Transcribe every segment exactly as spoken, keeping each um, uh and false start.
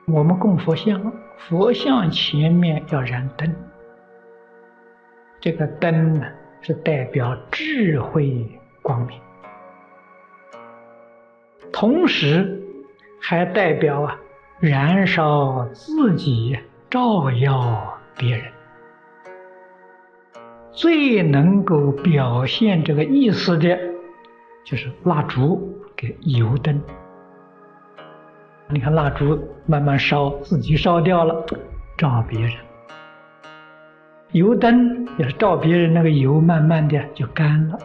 我们供佛像，佛像前面要燃灯，这个灯呢是代表智慧光明，同时还代表啊燃烧自己，照耀别人。最能够表现这个意思的，就是蜡烛跟油灯。你看蜡烛慢慢烧，自己烧掉了，照别人；油灯也是照别人，那个油慢慢的就干了。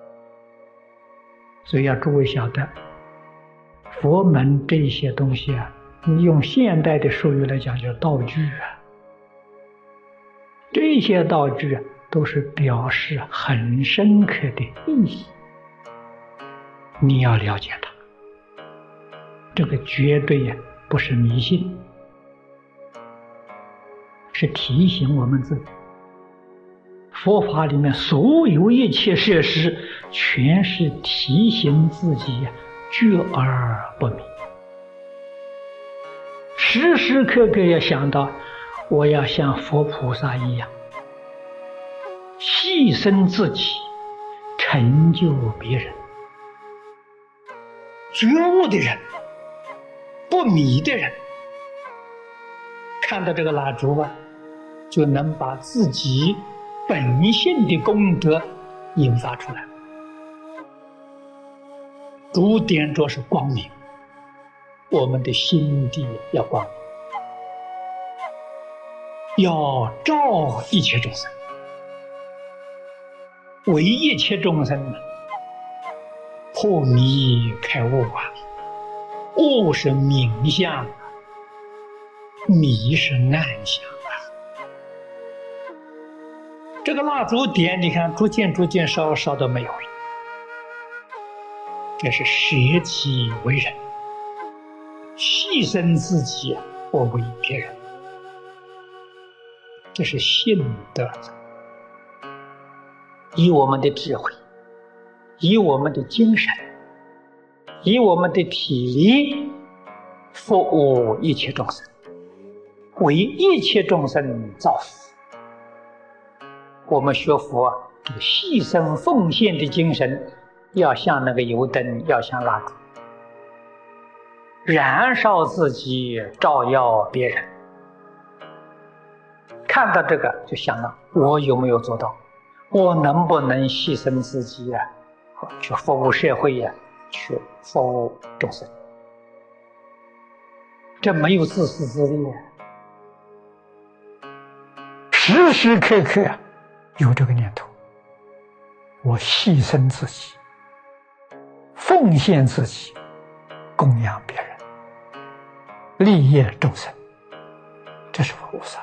所以要诸位晓得，佛门这些东西啊，你用现代的术语来讲，就是道具啊。这些道具啊，都是表示很深刻的意义，你要了解它。这个绝对呀、啊、不是迷信，是提醒我们自己。佛法里面所有一切设施，全是提醒自己觉而不迷。时时刻刻要想到，我要像佛菩萨一样，牺牲自己，成就别人。觉悟的人，不迷的人，看到这个蜡烛啊，就能把自己本性的功德引发出来。烛点着是光明，我们的心地要光明，要照一切众生，为一切众生破迷开悟啊。悟是明相，迷是暗相啊。这个蜡烛点，你看逐渐逐渐烧，烧到没有了。这是舍己为人，牺牲自己不为别人，这是信德。以我们的智慧，以我们的精神，以我们的体力，服务一切众生，为一切众生造福。我们学佛，这个牺牲奉献的精神，要像那个油灯，要像蜡烛，燃烧自己，照耀别人。看到这个，就想到我有没有做到？我能不能牺牲自己啊，去服务社会呀、啊，去服务众生？这没有自私自利啊！时时刻刻有这个念头，我牺牲自己，奉献自己，供养别人，利益众生，这是菩萨。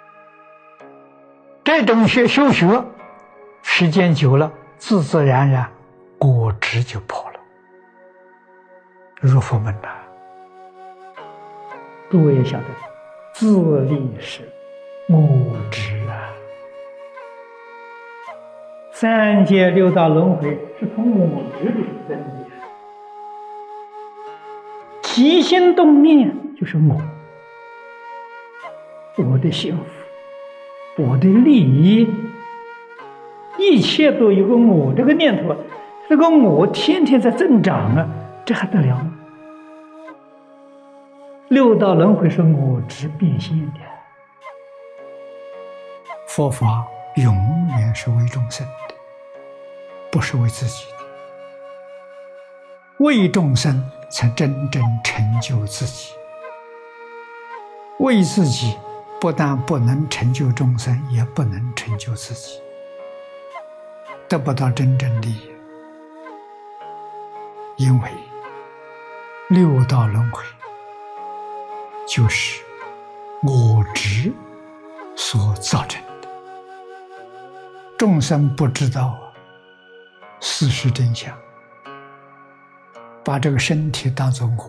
这种学修学，时间久了，自自然然果执就破了。入佛门呐，诸位也晓得，自利是我执啊。三界六道轮回是从我执里生的，起心动念就是我，我的幸福，我的利益，一切都有个我这个念头，这个我天天在增长啊，这还得了吗？六道轮回是我执变现的，佛法永远是为众生的，不是为自己的。为众生才真正成就自己，为自己不但不能成就众生，也不能成就自己，得不到真正利益。因为六道轮回就是我执所造成的，众生不知道事实真相，把这个身体当作我，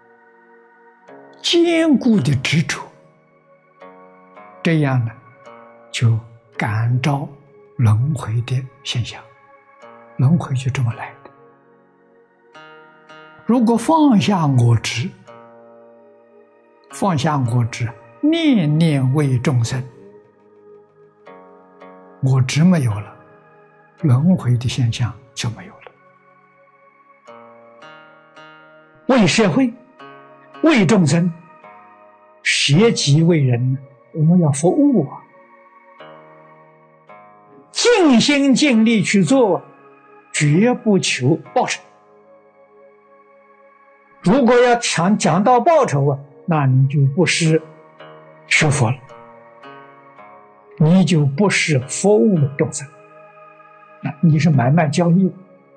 坚固的执着，这样呢，就感召轮回的现象，轮回就这么来的。如果放下我执， 放下我执，念念为众生，我执没有了，轮回的现象就没有了。为社会，为众生，舍己为人，我们要服务啊，尽心尽力去做，绝不求报酬。如果要想讲到报酬啊，那你就不是学佛了，你就不是服务众生，那你是买卖交易。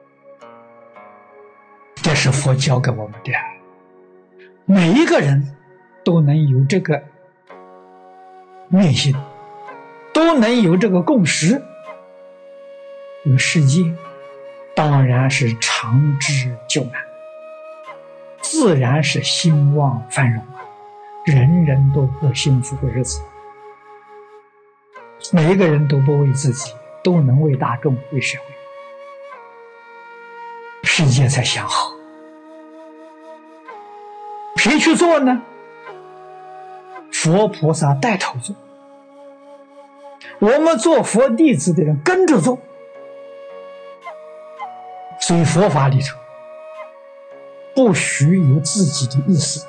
这是佛教给我们的，每一个人都能有这个念心，都能有这个共识，这个世界当然是长治久安，自然是兴旺繁荣啊，人人都过幸福的日子，每一个人都不为自己，都能为大众，为社会，世界才相好。谁去做呢？佛菩萨带头做，我们做佛弟子的人跟着做。所以佛法里头不许有自己的意思。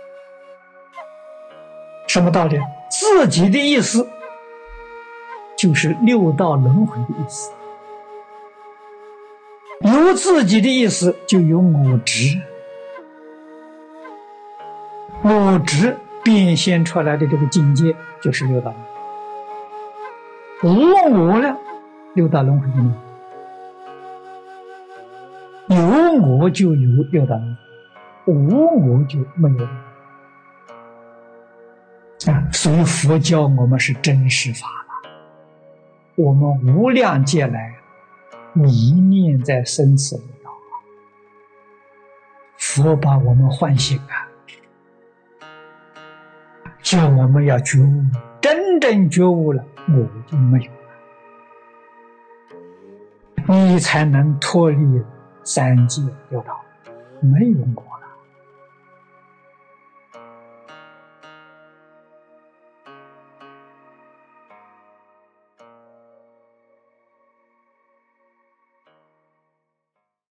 什么道理？自己的意思就是六道轮回的意思，有自己的意思就有我执，我执变现出来的这个境界就是六道轮回。无我了，六道轮回的有我就有六道轮回，无我就没有啊。所以佛教我们是真实法了，我们无量劫来迷念在生死六道，佛把我们唤醒啊，叫我们要觉悟，真正觉悟了，我就没有了，你才能脱离三界六道，没有我了。